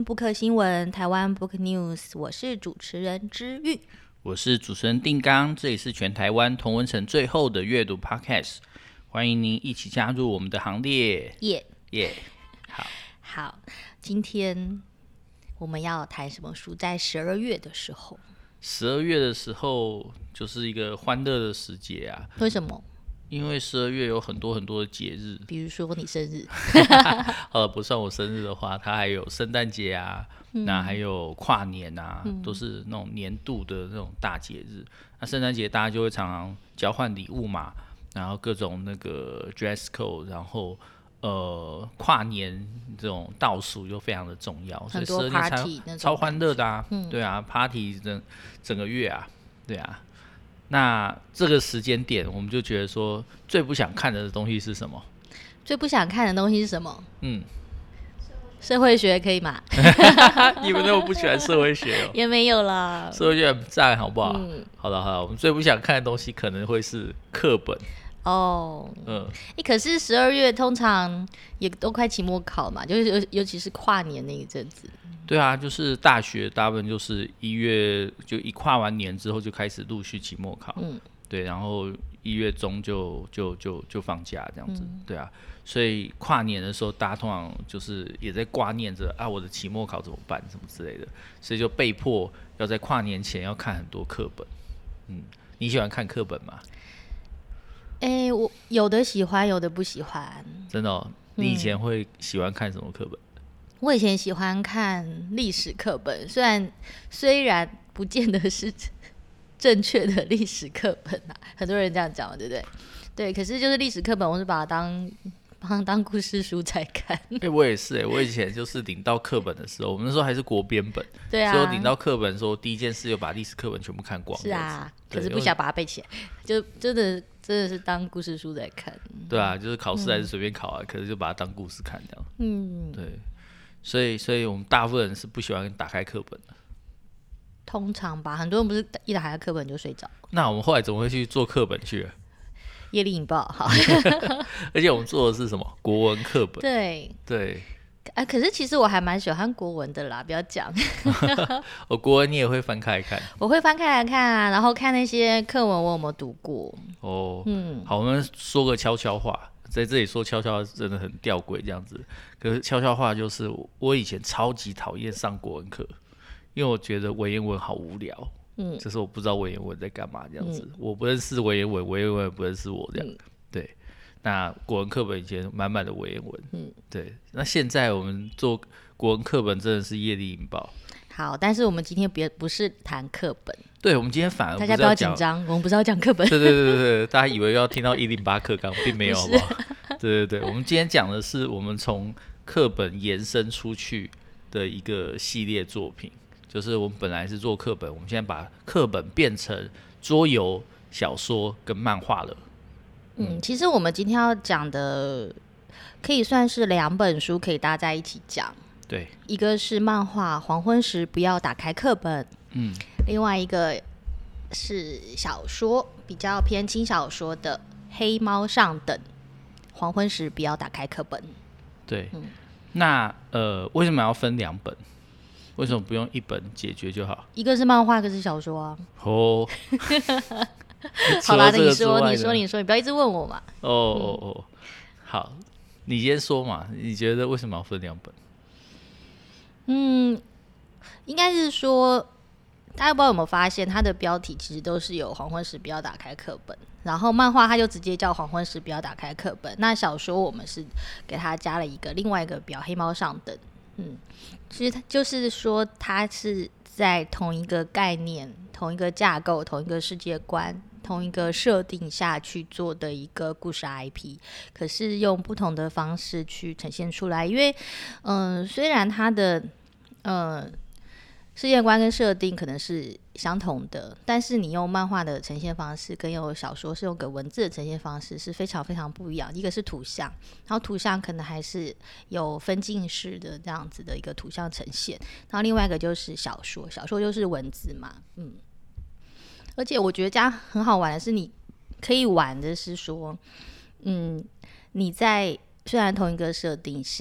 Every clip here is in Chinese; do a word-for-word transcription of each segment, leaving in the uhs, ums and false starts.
Book 新闻，台湾 Book News， 我是主持人之玉， 我是主持人定刚，这里是全台湾同温层最后的阅读 Podcast， 欢迎您一起加入我们的行列， 耶耶！好， 好，今天我们要谈什么书？在十二月的时候， 十二月的时候就是一个欢乐的时节啊。 为什么？ 因为十二月有很多很多的节日， 比如说你生日， 呃，不算我生日的话，它还有圣诞节啊，嗯、那还有跨年啊、嗯，都是那种年度的那种大节日。那圣诞节大家就会常常交换礼物嘛，然后各种那个 dress code， 然后呃跨年这种倒数又非常的重要， 很多 party 那超欢乐的啊、嗯，对啊 ，party 整整个月啊，对啊。那这个时间点，我们就觉得说，最不想看的东西是什么？ 最不想看的东西是什么？ 嗯， 社会学可以吗？ 你们那么不喜欢社会学哦？ 也没有啦， 社会学很赞，好不好？ 嗯， 好了好了，我们最不想看的东西可能会是课本。 哦， 嗯， 欸、可是十二月通常也都快期末考嘛，就是尤尤其是跨年那一阵子。 对啊，就是大学大部分就是一月就一跨完年之后就开始陆续期末考，嗯，对，然后一月中就就就就放假这样子，嗯，对啊，所以跨年的时候，大家通常就是也在挂念着啊，我的期末考怎么办，什么之类的，所以就被迫要在跨年前要看很多课本。嗯，你喜欢看课本吗？ 哎、欸，我有的喜欢，有的不喜欢。 真的哦？你以前会喜欢看什么课本？嗯， 我以前喜欢看历史课本，虽然虽然不见得是正确的历史课本啊，很多人这样讲，对不对？对，可是就是历史课本，我是把它当把它当故事书在看。 哎、欸，我也是哎、欸，我以前就是领到课本的时候，我们那时候还是国编本， 对啊， 所以我领到课本的时候，第一件事就把历史课本全部看光。 是啊，可是不想把它背起来，就真的真的是当故事书在看。 对啊，就是考试还是随便考啊，嗯，可是就把它当故事看这样。嗯，对。所以，所以我们大部分人是不喜欢打开课本的。 通常吧，很多人不是一打开课本就睡着。 那我们后来怎么会去做课本去了？ 业力引爆，好。 而且我们做的是什么？国文课本。 对对。 啊，可是其实我还蛮喜欢国文的啦，不要讲。 我国文你也会翻开来看？ 我会翻开来看啊，然后看那些课文我有没有读过。 哦，嗯，好，我们说个悄悄话。在这里说悄悄真的很吊诡这样子，可是悄悄话就是我以前超级讨厌上国文课，因为我觉得文言文好无聊，嗯，就是我不知道文言文在干嘛这样子，嗯，我不认识文言文，文言文也不认识我这样，嗯，对。那国文课本以前满满的文言文，嗯，对。那现在我们做国文课本真的是业力引爆。 好，但是我们今天别不是谈课本， 对，我们今天反而不是要大家不要紧张，我们不是要讲课本。 对对对对对，大家以为要听到一零八课纲，并没有，好不好？对对对，我们今天讲的是我们从课本延伸出去的一个系列作品，就是我们本来是做课本，我们现在把课本变成桌游、小说跟漫画了。 嗯，其实我们今天要讲的可以算是两本书，可以搭在一起讲。 对， 一个是漫画《黄昏时不要打开课本》，嗯，另外一个是小说，比较偏轻小说的《黑猫上等》，黄昏时不要打开课本。 对，嗯，那呃，为什么要分两本？为什么不用一本解决就好？ 一个是漫画，一个是小说啊。 哦， 好啦，你说，你说，你说，你不要一直问我嘛。 哦哦哦，好，你先说嘛。你觉得为什么要分两本？ 嗯，应该是说，大家不知道有没有发现，它的标题其实都是有黄昏时不要打开课本，然后漫画它就直接叫黄昏时不要打开课本，那小说我们是给它加了一个另外一个标黑猫上等。嗯，其实它就是说它是在同一个概念、同一个架构、同一个世界观、同一个设定下去做的一个故事 I P， 可是用不同的方式去呈现出来。因为嗯、呃，虽然它的呃世界观跟设定可能是相同的，但是你用漫画的呈现方式跟用小说是用个文字的呈现方式是非常非常不一样。一个是图像，然后图像可能还是有分镜式的这样子的一个图像呈现，然后另外一个就是小说，小说就是文字嘛，嗯。而且我觉得这样很好玩的是，你可以玩的是说，嗯，你在虽然同一个设定下，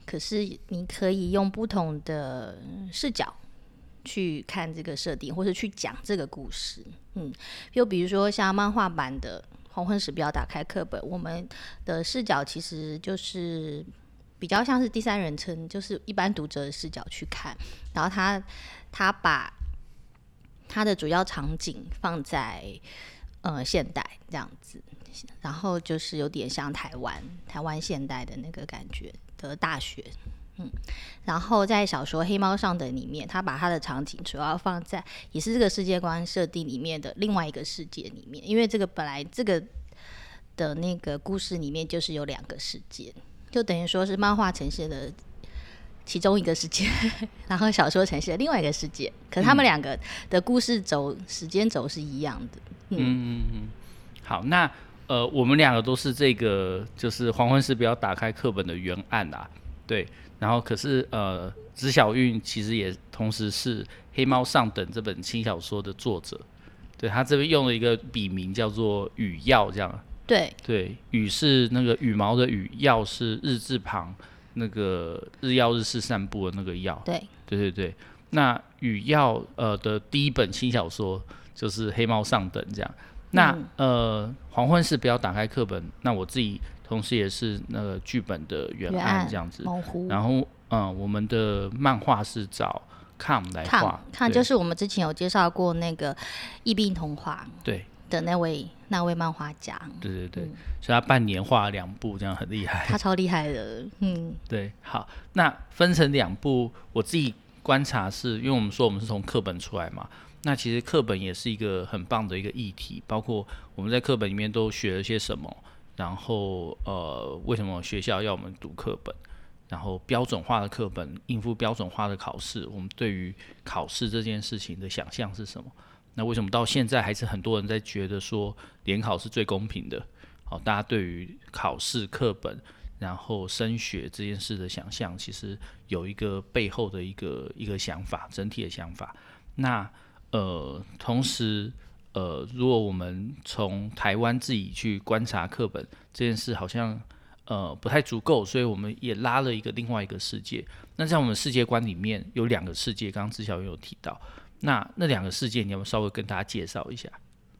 可是你可以用不同的视角去看这个设定，或是去讲这个故事。嗯，就比如说像漫画版的《黄昏时不要打开课本》，我们的视角其实就是比较像是第三人称，就是一般读者的视角去看，然后他他把他的主要场景放在呃现代这样子，然后就是有点像台湾台湾现代的那个感觉的大学。嗯，然后在小说《黑猫上等》里面，他把他的场景主要放在也是这个世界观设定里面的另外一个世界里面，因为这个本来这个的那个故事里面就是有两个世界，就等于说是漫画呈现的其中一个世界，然后小说呈现的另外一个世界，可是他们两个的故事轴、嗯、时间轴是一样的。嗯嗯嗯，好，那呃，我们两个都是这个就是黄昏时不要打开课本的原案啦，对。然后可是呃，知晓韵其实也同时是《黑猫上等》这本轻小说的作者，对，他这边用了一个笔名叫做羽耀，这样。 对对，羽是那个羽毛的羽，耀是日字旁那个日曜日式散步的那个曜。 对对对对，那羽耀呃的第一本轻小说就是《黑猫上等》这样。那、嗯、呃，黄昏时不要打开课本，那我自己同时也是那个剧本的原案这样子。然后嗯，我们的漫画是找 Com 来画 ，Com 就是我们之前有介绍过那个疫病童话对的那位那位漫画家。 对对对、嗯，所以他半年画了两部，这样很厉害。 他超厉害的，嗯， 对。好，那分成两部，我自己观察是因为我们说我们是从课本出来嘛。那其实课本也是一个很棒的一个议题，包括我们在课本里面都学了些什么，然后呃，为什么学校要我们读课本，然后标准化的课本应付标准化的考试，我们对于考试这件事情的想象是什么？那为什么到现在还是很多人在觉得说联考是最公平的？好，大家对于考试课本然后升学这件事的想象，其实有一个背后的一个一个想法，整体的想法。那呃，同时，呃，如果我们从台湾自己去观察课本这件事，好像呃不太足够，所以我们也拉了一个另外一个世界。那在我们世界观里面有两个世界，刚刚知晓有提到，那那两个世界，你要不要稍微跟大家介绍一下？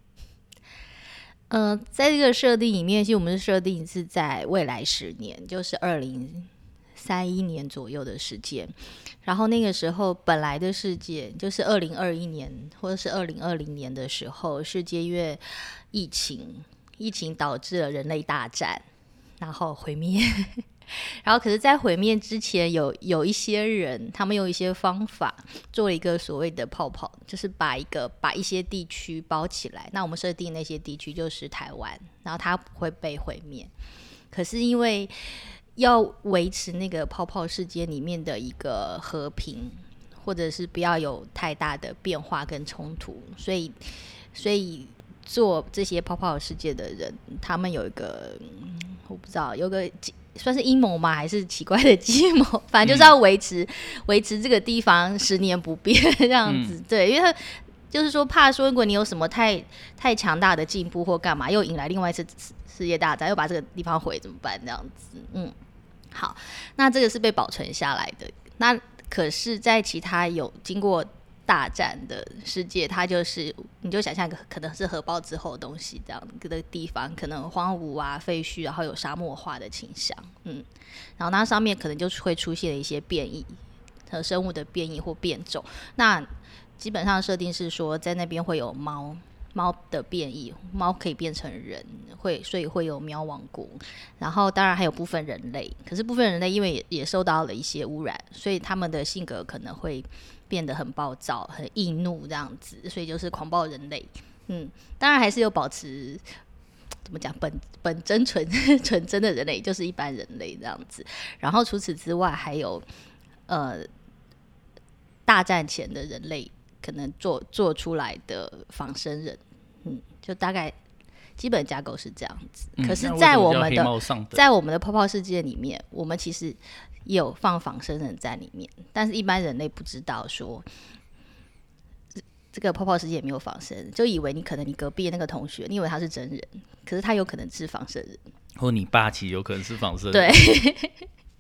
呃，在这个设定里面，其实我们的设定是在未来十年，就是二零三一年左右的时间。然后那个时候本来的世界就是二零二一年或者是二零二零年的时候，世界因为疫情疫情导致了人类大战，然后毁灭然后可是在毁灭之前有有一些人他们用一些方法做了一个所谓的泡泡，就是把一个把一些地区包起来，那我们设定那些地区就是台湾，然后它不会被毁灭。可是因为要维持那个泡泡世界里面的一个和平，或者是不要有太大的变化跟冲突，所以所以做这些泡泡世界的人，他们有一个、嗯、我不知道有个算是阴谋吗还是奇怪的计谋，反正就是要维持、嗯、维持这个地方十年不变这样子、嗯、对，因为他就是说怕说如果你有什么太太强大的进步或干嘛，又引来另外一次世界大战，又把这个地方毁怎么办这样子。嗯，好，那这个是被保存下来的。那可是在其他有经过大战的世界，它就是你就想象一个可能是核爆之后的东西，这样的地方可能荒芜啊废墟，然后有沙漠化的倾向。嗯，然后那上面可能就会出现一些变异和生物的变异或变种。那基本上设定是说在那边会有猫猫的变异，猫可以变成人，会所以会有喵王国。然后当然还有部分人类，可是部分人类因为 也, 也受到了一些污染，所以他们的性格可能会变得很暴躁很易怒这样子，所以就是狂暴人类。嗯，当然还是有保持怎么讲本本真纯纯真的人类，就是一般人类这样子。然后除此之外还有呃大战前的人类可能做做出来的仿生人。嗯，就大概基本架构是这样子。嗯、可是在我们的在我们的泡泡世界里面，我们其实也有放仿生人在里面，但是一般人类不知道说这个泡泡世界也没有仿生人，就以为你可能你隔壁的那个同学，你以为他是真人，可是他有可能是仿生人， 或你爸其实有可能是仿生人。 对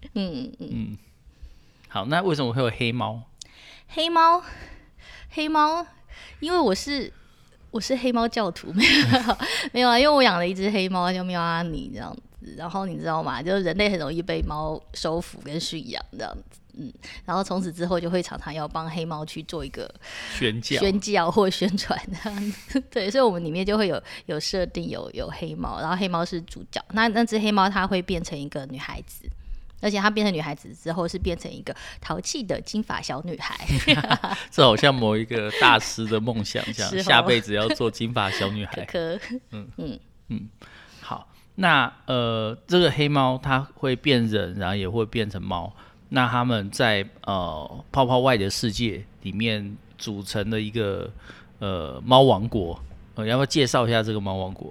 嗯嗯嗯，好，那为什么会有黑猫？ 黑猫，黑猫，因为我是我是黑猫教徒，没有没有啊，因为我养了一只黑猫叫喵阿尼这样子。然后你知道吗？就是人类很容易被猫收服跟驯养这样子，嗯，然后从此之后就会常常要帮黑猫去做一个宣教、 宣教或宣传这样子，对，所以我们里面就会有有设定有有黑猫，然后黑猫是主角，那那只黑猫它会变成一个女孩子。而且她变成女孩子之后，是变成一个淘气的金发小女孩。 这好像某一个大师的梦想，这样下辈子要做金发小女孩。 可可，嗯嗯嗯，好。那呃，这个黑猫它会变人，然后也会变成猫。那他们在呃泡泡外的世界里面组成了一个呃猫王国。呃，要不要介绍一下这个猫王国？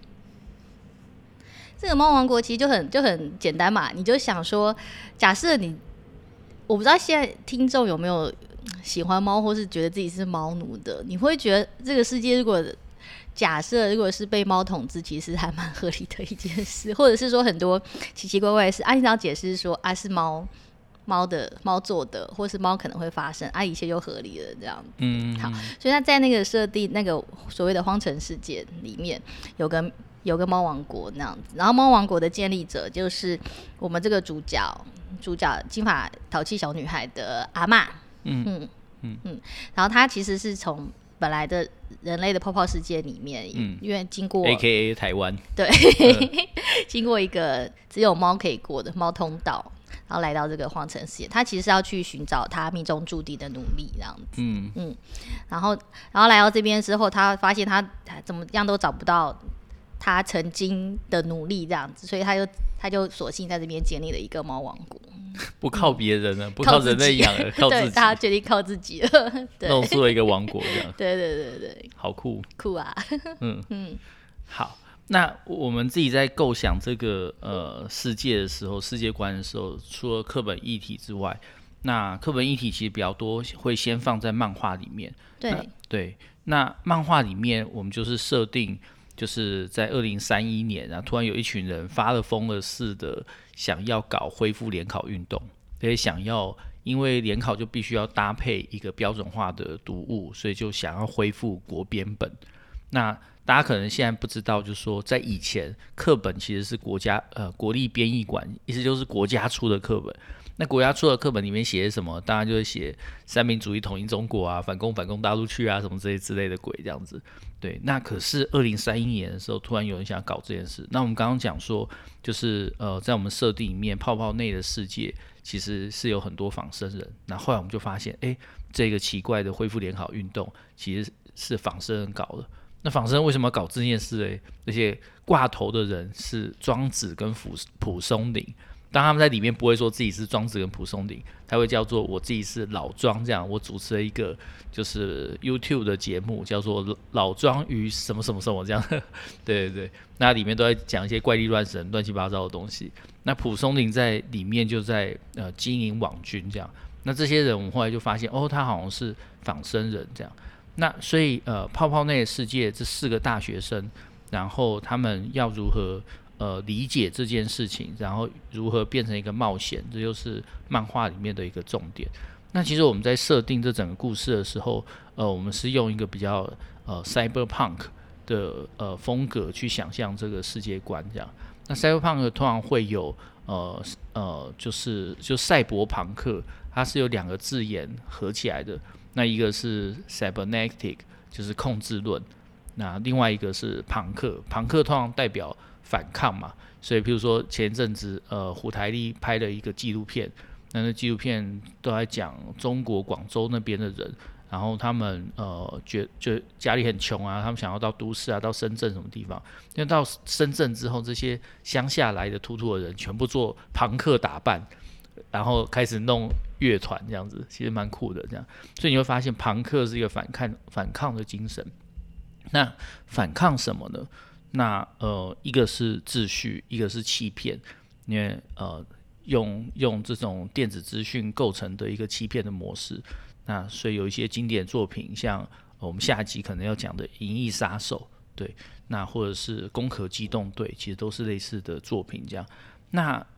这个猫王国其实就很就很简单嘛，你就想说，假设你，我不知道现在听众有没有喜欢猫，或是觉得自己是猫奴的，你会觉得这个世界如果假设如果是被猫统治，其实还蛮合理的一件事，或者是说很多奇奇怪怪的事，啊，你只要解释说啊是猫猫的猫做的，或是猫可能会发生，啊一切就合理了这样子。 嗯， 好，所以它在那个设定那个所谓的荒城世界里面有个有个猫王国那样子，然后猫王国的建立者就是我们这个主角主角金发淘气小女孩的阿嬷。嗯嗯嗯嗯，然后她其实是从本来的人类的泡泡世界里面，嗯、因为经过 A K A 台湾， 对，呃、经过一个只有猫可以过的猫通道，然后来到这个荒城世界。他其实是要去寻找他命中注定的努力这样子，嗯嗯，然后然后来到这边之后，他发现他他怎么样都找不到他曾经的努力这样子，所以他就他就索性在这边建立了一个猫王国。 不靠别人了、嗯，不靠人类养了，靠自己。 对，他决定靠自己了， 弄出了一个王国这样。 对对对对， 好酷， 酷啊！ 嗯嗯，好。那我们自己在构想这个呃世界的时候，世界观的时候，除了课本议题之外，那课本议题其实比较多，会先放在漫画里面。 对对，那漫画里面我们就是设定。就是在二零三一年啊，突然有一群人发了疯了似的想要搞恢复联考运动，也想要因为联考就必须要搭配一个标准化的读物，所以就想要恢复国编本。那大家可能现在不知道，就是说在以前课本其实是国家呃国立编译馆，意思就是国家出的课本。那国家出的课本里面写什么？当然就是写三民主义统一中国啊，反攻反攻大陆去啊，什么这些之类的鬼这样子。对，那可是二零三一年的时候，突然有人想搞这件事。那我们刚刚讲说，就是呃，在我们设定里面，泡泡内的世界其实是有很多仿生人。那后来我们就发现，哎，这个奇怪的恢复联考运动其实是仿生人搞的。那仿生人为什么要搞这件事嘞？而且挂头的人是庄子跟蒲松龄。当他们在里面不会说自己是庄子跟蒲松龄，他会叫做我自己是老庄这样。我主持了一个就是 YouTube 的节目，叫做老庄与什么什么什么这样。对对对，那里面都在讲一些怪力乱神、乱七八糟的东西。那蒲松龄在里面就在呃经营网军这样。那这些人我们后来就发现，哦，他好像是仿生人这样。那所以呃，泡泡内的世界这四个大学生，然后他们要如何？呃，理解这件事情，然后如何变成一个冒险，这就是漫画里面的一个重点。那其实我们在设定这整个故事的时候，呃，我们是用一个比较呃 cyberpunk 的呃风格去想象这个世界观，这样。那 cyberpunk 通常会有呃呃，就是就赛博朋克，它是有两个字眼合起来的。那一个是 cybernetic， 就是控制论。那另外一个是朋克，朋克通常代表反抗嘛，所以譬如说前一阵子呃虎台丽拍了一个纪录片，那那纪录片都在讲中国广州那边的人，然后他们呃觉就家里很穷啊，他们想要到都市啊，到深圳什么地方，因为到深圳之后，这些乡下来的土土的人全部做朋克打扮，然后开始弄乐团这样子，其实蛮酷的这样，所以你会发现朋克是一个反抗反抗的精神。那反抗什么呢？那呃，一个是秩序，一个是欺骗，因为呃，用用这种电子资讯构成的一个欺骗的模式。那所以有一些经典作品，像、呃、我们下集可能要讲的《银翼杀手》，对，那或者是《攻壳机动队》，其实都是类似的作品。这样，那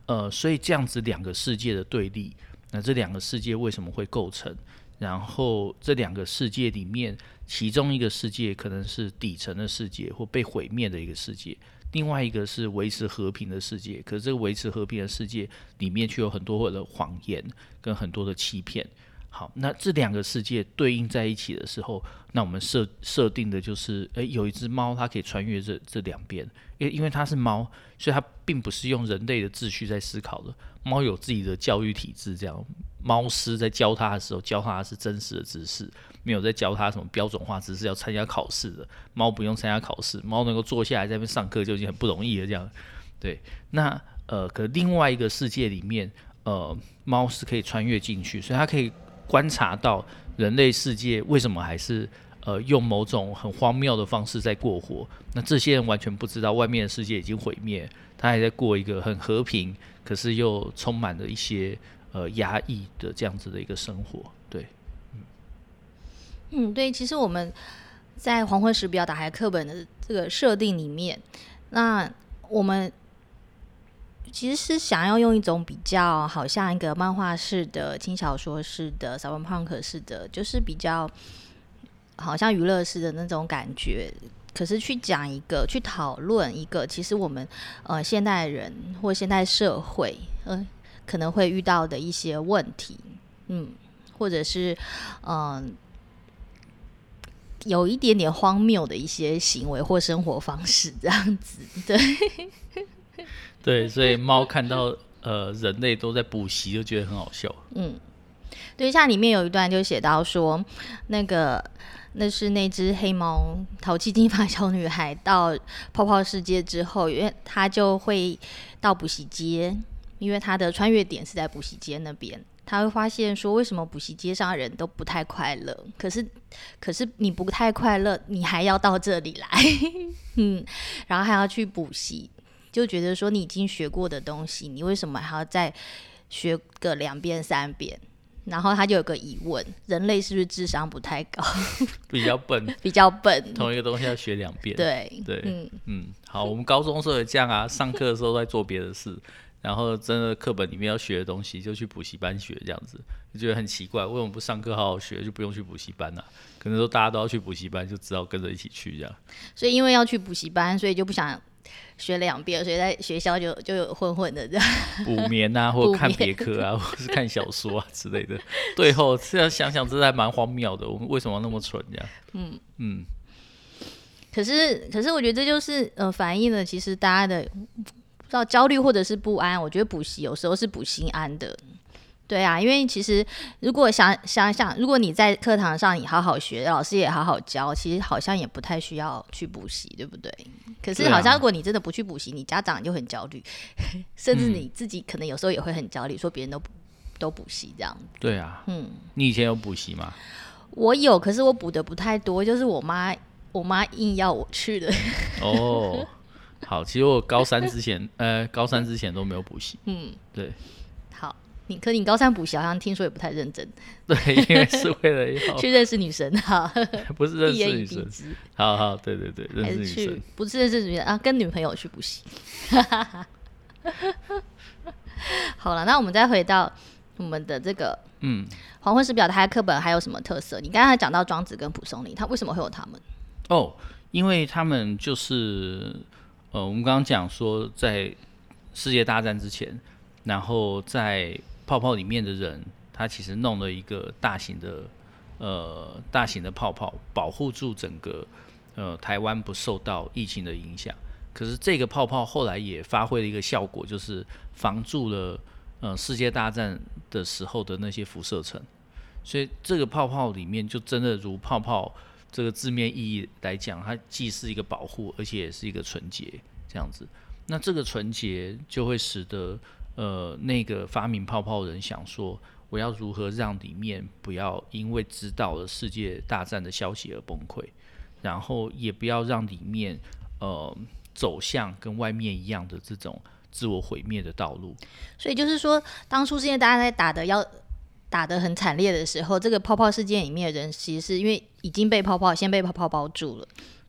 呃，所以这样子两个世界的对立，那这两个世界为什么会构成？然后这两个世界里面，其中一个世界可能是底层的世界或被毁灭的一个世界，另外一个是维持和平的世界。可是这个维持和平的世界里面却有很多的谎言跟很多的欺骗。好，那这两个世界对应在一起的时候，那我们设设定的就是，诶，有一只猫它可以穿越这这两边，因为因为它是猫，所以它并不是用人类的秩序在思考的。猫有自己的教育体制，这样猫师在教它的时候，教它的是真实的知识，没有在教它什么标准化知识要参加考试的。猫不用参加考试，猫能够坐下来在那边上课就已经很不容易了。这样，对，那呃，可另外一个世界里面，呃，猫是可以穿越进去，所以它可以观察到人类世界为什么还是呃用某种很荒谬的方式在过活。那这些人完全不知道外面的世界已经毁灭，他还在过一个很和平，可是又充满了一些呃压抑的这样子的一个生活。对，嗯， 嗯，对，其实我们在黄昏时不要打开课本的这个设定里面，那我们其实是想要用一种比较好像一个漫画式的、轻小说式的、cyber punk式的，就是比较好像娱乐式的那种感觉。可是去讲一个，去讨论一个，其实我们呃现代人或现代社会呃可能会遇到的一些问题，嗯，或者是嗯、呃、有一点点荒谬的一些行为或生活方式这样子，对。 对，所以猫看到呃人类都在补习，就觉得很好笑。 嗯，对，像里面有一段就写到说，那个那是那只黑猫淘气金发小女孩到泡泡世界之后，因为她就会到补习街，因为她的穿越点是在补习街那边。他会发现说，为什么补习街上的人都不太快乐？可是，可是你不太快乐，你还要到这里来，嗯，然后还要去补习，就觉得说你已经学过的东西，你为什么还要再学个两遍三遍？然后他就有个疑问：人类是不是智商不太高？ 比较笨， 比较笨。 同一个东西要学两遍。 对对， 嗯嗯，好，我们高中时候也这样啊，上课的时候在做别的事。然后真的课本里面要学的东西就去补习班学，这样子就觉得很奇怪，为什么不上课好好学就不用去补习班啊？可能说大家都要去补习班，就只好跟着一起去这样。 所以因为要去补习班，所以就不想学两遍，所以在学校就就有混混的这样补眠啊，或看别科啊，或是看小说啊之类的。对后这样想想，真的还蛮荒谬的。我们为什么那么蠢这样？嗯嗯。 可是可是我觉得这就是呃反映了其实大家的。不知道焦虑或者是不安，我觉得补习有时候是补心安的，对啊，因为其实如果想想想，如果你在课堂上你好好学，老师也好好教，其实好像也不太需要去补习，对不对？可是好像如果你真的不去补习，你家长就很焦虑，甚至你自己可能有时候也会很焦虑，说别人都都补习这样。 对啊，嗯，你以前有补习吗？ 我有，可是我补的不太多，就是我妈我妈硬要我去的。 哦。好，其实我高三之前，呃，高三之前都没有补习。嗯，对。 好，你可你高三补习好像听说也不太认真。 对，因为是为了要去认识女生哈， 不是认识女生。好好，对对对，认识女生， 不是认识女生啊，跟女朋友去补习。好了，那我们再回到我们的这个，嗯，黄昏时表达课本还有什么特色？你刚才讲到庄子跟蒲松龄，他为什么会有他们？ 哦，因为他们就是。呃，我们刚刚讲说，在世界大战之前，然后在泡泡里面的人，他其实弄了一个大型的呃大型的泡泡，保护住整个呃台湾不受到疫情的影响。可是这个泡泡后来也发挥了一个效果，就是防住了呃世界大战的时候的那些辐射层。所以这个泡泡里面就真的如泡泡。这个字面意义来讲，它既是一个保护，而且也是一个纯洁，这样子。那这个纯洁就会使得呃那个发明泡泡人想说，我要如何让里面不要因为知道了世界大战的消息而崩溃，然后也不要让里面呃走向跟外面一样的这种自我毁灭的道路。 所以就是说，当初世界大战在打的要。打得很惨烈的时候，这个泡泡事件里面的人其实是因为已经被泡泡先被泡泡包住了，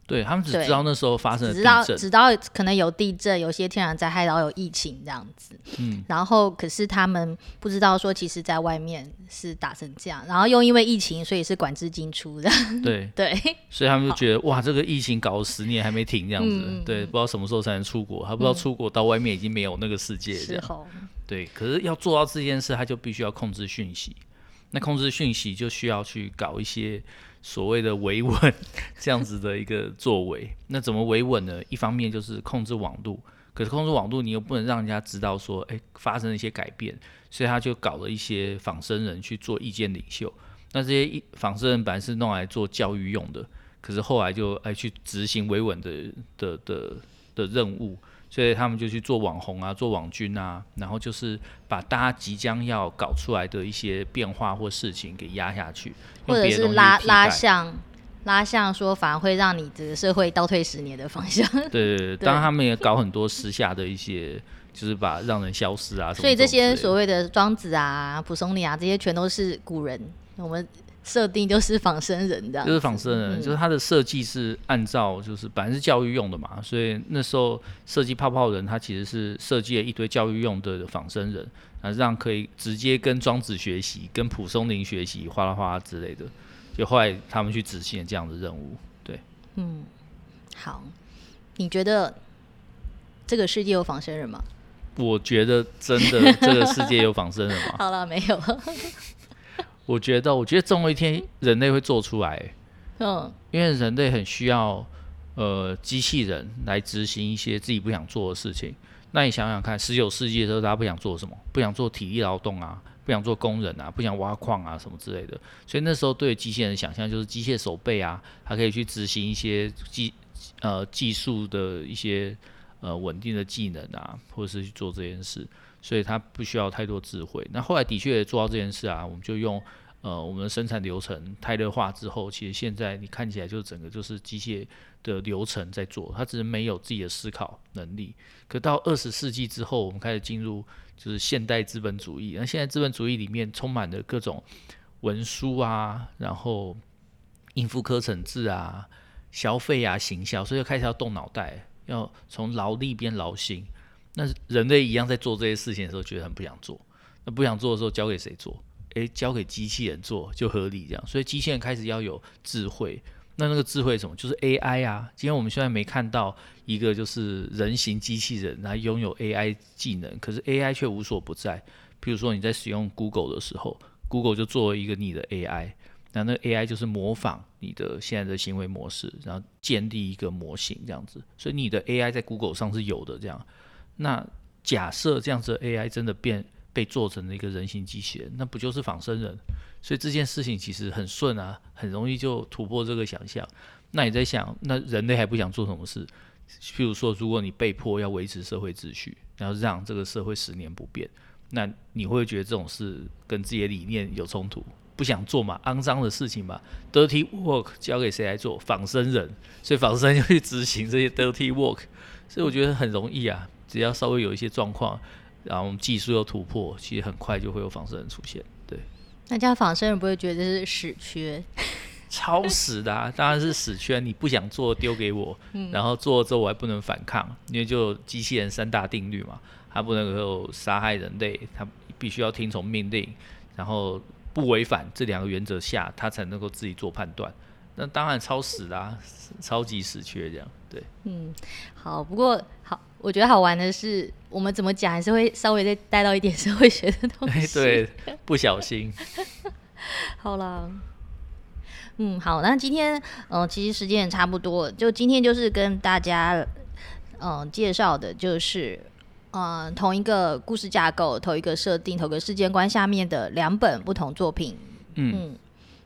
对他们只知道那时候发生的地震， 知道可能有地震，有些天然灾害，然后有疫情这样子。嗯，然后可是他们不知道说，其实在外面是打成这样，然后又因为疫情，所以是管制进出的。 对对， 所以他们就觉得哇，这个疫情搞了十年还没停这样子，嗯、对，不知道什么时候才能出国，他不知道出国到外面已经没有那个世界这样。对，可是要做到这件事，他就必须要控制讯息。那控制讯息就需要去搞一些所谓的维稳这样子的一个作为。那怎么维稳呢？一方面就是控制网路，可是控制网路你又不能让人家知道说，哎，发生了一些改变，所以他就搞了一些仿生人去做意见领袖。那这些仿生人本来是弄来做教育用的，可是后来就哎去执行维稳的的的的任务。所以他们就去做网红啊，做网军啊，然后就是把大家即将要搞出来的一些变化或事情给压下去， 或者是拉拉向拉向说反而会让你这个社会倒退十年的方向。 对对对，当然他们也搞很多私下的一些，就是把让人消失啊什么。 所以这些所谓的庄子啊、蒲松龄啊，这些全都是古人我们设定就是仿生人这样， 就是仿生人，嗯、就是它的设计是按照就是本来是教育用的嘛，所以那时候设计泡泡人，他其实是设计了一堆教育用的仿生人，啊，让可以直接跟庄子学习、跟蒲松龄学习、哗啦哗啦之类的，就后来他们去执行这样的任务。对， 嗯，好，你觉得这个世界有仿生人吗？ 我觉得真的这个世界有仿生人吗？ 好了，没有。 我觉得，我觉得总有一天人类会做出来，嗯，因为人类很需要呃机器人来执行一些自己不想做的事情。那你想想看，十九世纪的时候，大家不想做什么？不想做体力劳动啊，不想做工人啊，不想挖矿啊什么之类的。所以那时候对机器人的想象就是机械手背啊，它可以去执行一些技呃技术的一些呃稳定的技能啊，或者是去做这件事。所以它不需要太多智慧。那后来的确也做到这件事啊，我们就用呃我们的生产流程泰勒化之后，其实现在你看起来就整个就是机械的流程在做，它只是没有自己的思考能力。可到二十世纪之后，我们开始进入就是现代资本主义。那现在资本主义里面充满了各种文书啊，然后应付科层制啊、消费啊、行销，所以就开始要动脑袋，要从劳力变劳心。那人类一样在做这些事情的时候，觉得很不想做。那不想做的时候，交给谁做？诶，交给机器人做就合理这样。所以机器人开始要有智慧。那那个智慧是什么？就是 A I 啊。今天我们现在没看到一个就是人形机器人来拥有 A I 技能，可是 A I 却无所不在。譬如说你在使用 Google 的时候 ，Google 就做了一个你的 A I。那那个 A I 就是模仿你的现在的行为模式，然后建立一个模型这样子。所以你的 A I 在 Google 上是有的这样。那假设这样子的 A I 真的变被做成了一个人形机器人，那不就是仿生人？所以这件事情其实很顺啊，很容易就突破这个想象。那你在想，那人类还不想做什么事？譬如说，如果你被迫要维持社会秩序，然后让这个社会十年不变，那你会觉得这种事跟自己的理念有冲突？不想做嘛，肮脏的事情嘛 ，dirty work 交给谁来做？仿生人，所以仿生人就去执行这些 dirty work。所以我觉得很容易啊。只要稍微有一些状况，然后我们技术又突破，其实很快就会有仿生人出现。对， 那这样仿生人不会觉得这是死缺？ 超死的啊，当然是死缺。你不想做丢给我，嗯、然后做了之后我还不能反抗，因为就机器人三大定律嘛，它不能够杀害人类，它必须要听从命令，然后不违反这两个原则下，它才能够自己做判断。那当然超死啦、啊，超级死缺这样。对， 嗯，好，不过好，我觉得好玩的是，我们怎么讲还是会稍微再带到一点社会学的东西。 对，不小心。 好啦，嗯，好，那今天呃，其实时间也差不多了，就今天就是跟大家嗯、呃、介绍的，就是嗯、呃、同一个故事架构、同一个设定、同一个世界观下面的两本不同作品。嗯。嗯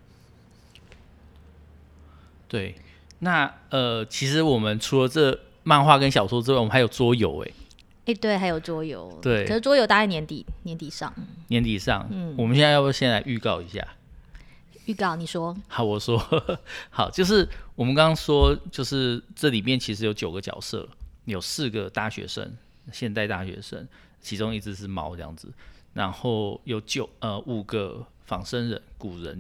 对，那呃，其实我们除了这漫画跟小说之外，我们还有桌游哎。 哎，对，还有桌游。 对， 可是桌游大概年底年底上。 年底上，嗯，我们现在要不要先来预告一下？ 预告，你说。 好，我说好，就是我们刚刚说，就是这里面其实有九个角色，有四个大学生，现代大学生，其中一只是猫这样子，然后有九呃五个仿生人、古人这样。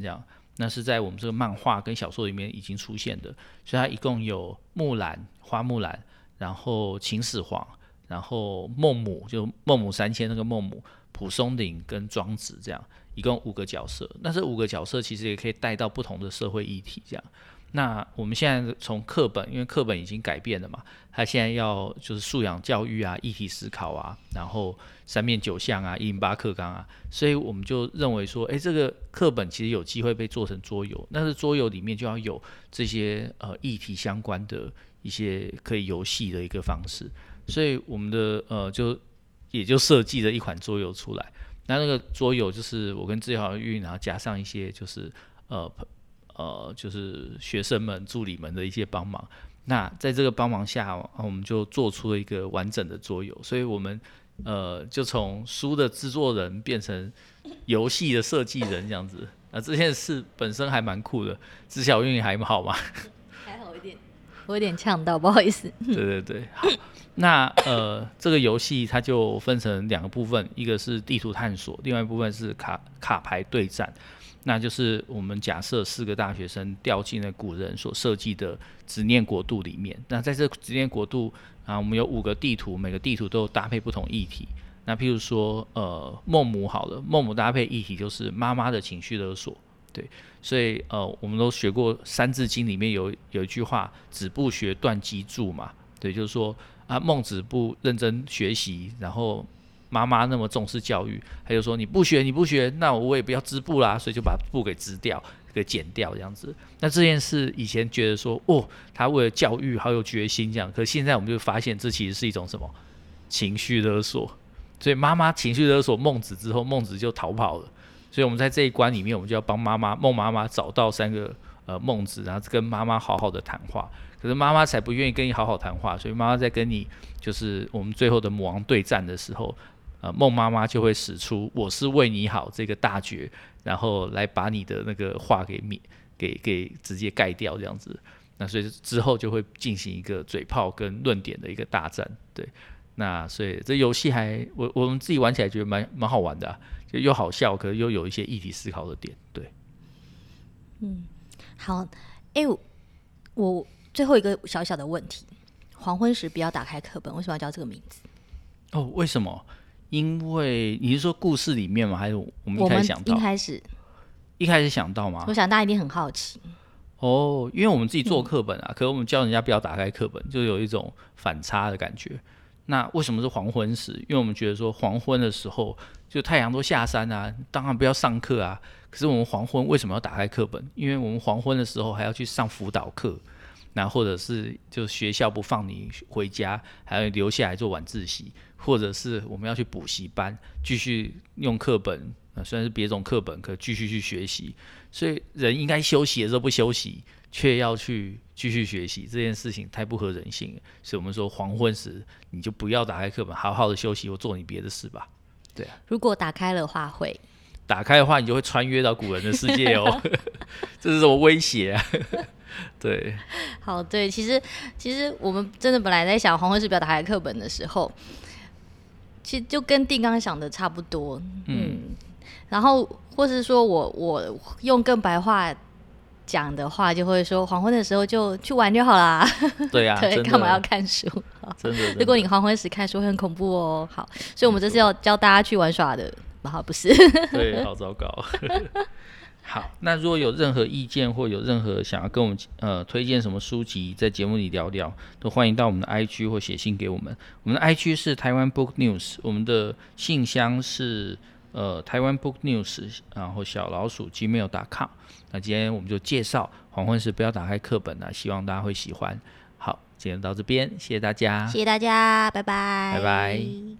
那是在我们这个漫画跟小说里面已经出现的，所以它一共有木兰、花木兰，然后秦始皇，然后孟母，就孟母三迁那个孟母，蒲松龄跟庄子，这样一共五个角色。那这五个角色其实也可以带到不同的社会议题，这样。那我们现在从课本，因为课本已经改变了嘛，他现在要就是素养教育啊、议题思考啊，然后三面九项啊、一零八课纲啊，所以我们就认为说，哎，这个课本其实有机会被做成桌游，但是桌游里面就要有这些呃议题相关的一些可以游戏的一个方式，所以我们的呃就也就设计了一款桌游出来。那那个桌游就是我跟志豪运，然后加上一些就是呃。呃，就是学生们、助理们的一些帮忙。那在这个帮忙下，我们就做出了一个完整的桌游。所以我们呃，就从书的制作人变成游戏的设计人这样子。那这件事本身还蛮酷的。知晓运还好吗？ 还好一点，我有点呛到，不好意思。 对对对，好。那呃，这个游戏它就分成两个部分，一个是地图探索，另外一部分是卡卡牌对战。那就是我们假设四个大学生掉进了古人所设计的执念国度里面。那在这执念国度啊，我们有五个地图，每个地图都有搭配不同议题。那譬如说，呃，孟母好了，孟母搭配议题就是妈妈的情绪勒索，对，所以呃，我们都学过《三字经》里面有有一句话“子不学，断机杼”嘛，对，就是说啊，孟子不认真学习，然后妈妈那么重视教育，他就说你不学你不学，那我也不要织布啦，所以就把布给织掉，给剪掉这样子。那这件事以前觉得说，哦，他为了教育好有决心这样，可是现在我们就发现这其实是一种什么情绪勒索。所以妈妈情绪勒索孟子之后，孟子就逃跑了。所以我们在这一关里面，我们就要帮妈妈孟妈妈找到三个呃孟子，然后跟妈妈好好的谈话。可是妈妈才不愿意跟你好好谈话，所以妈妈在跟你就是我们最后的魔王对战的时候。呃，孟妈妈就会使出我是为你好这个大绝，然后来把你的那个话给灭，给给直接盖掉这样子。那所以之后就会进行一个嘴炮跟论点的一个大战，对。那所以这游戏还我我们自己玩起来觉得蛮蛮好玩的、啊，就又好笑，可是又有一些议题思考的点，对。 嗯，好，哎、欸，我最后一个小小的问题：黄昏时不要打开课本，为什么要叫这个名字？ 哦，为什么？因为你是说故事里面吗？还是我们一开始想到？ 我们一开始一开始想到吗？ 我想大家一定很好奇。 哦，因为我们自己做课本啊，嗯、可是我们教人家不要打开课本，就有一种反差的感觉。那为什么是黄昏时？因为我们觉得说黄昏的时候，就太阳都下山啊，当然不要上课啊。可是我们黄昏为什么要打开课本？因为我们黄昏的时候还要去上辅导课，那或者是就学校不放你回家，还要留下来做晚自习。或者是我们要去补习班，继续用课本，呃、虽然是别种课本，可继续去学习。所以人应该休息的时候不休息，却要去继续学习，这件事情太不合人性了。所以我们说黄昏时，你就不要打开课本，好好的休息或做你别的事吧。对啊， 如果打开的话会， 打开的话，你就会穿越到古人的世界哦。这是什么威胁啊？对， 好，对，其实其实我们真的本来在想黄昏时不要打开课本的时候。其实就跟定刚刚想的差不多，嗯，嗯然后或是说我我用更白话讲的话，就会说黄昏的时候就去玩就好啦。 对啊， 对，干嘛要看书？ 真的， 如果你黄昏时看书会很恐怖哦。好，所以我们这是要教大家去玩耍的，好，不是？ 对，好糟糕。好，那如果有任何意见或有任何想要跟我们呃推荐什么书籍，在节目里聊聊，都欢迎到我们的 I G 或写信给我们。我们的 I G 是台湾 Book News， 我们的信箱是呃台湾 Book News， 然后小老鼠 gmail dot com。那今天我们就介绍黄昏时不要打开课本啊，希望大家会喜欢。好，今天到这边，谢谢大家， 谢谢大家，拜拜， 拜拜。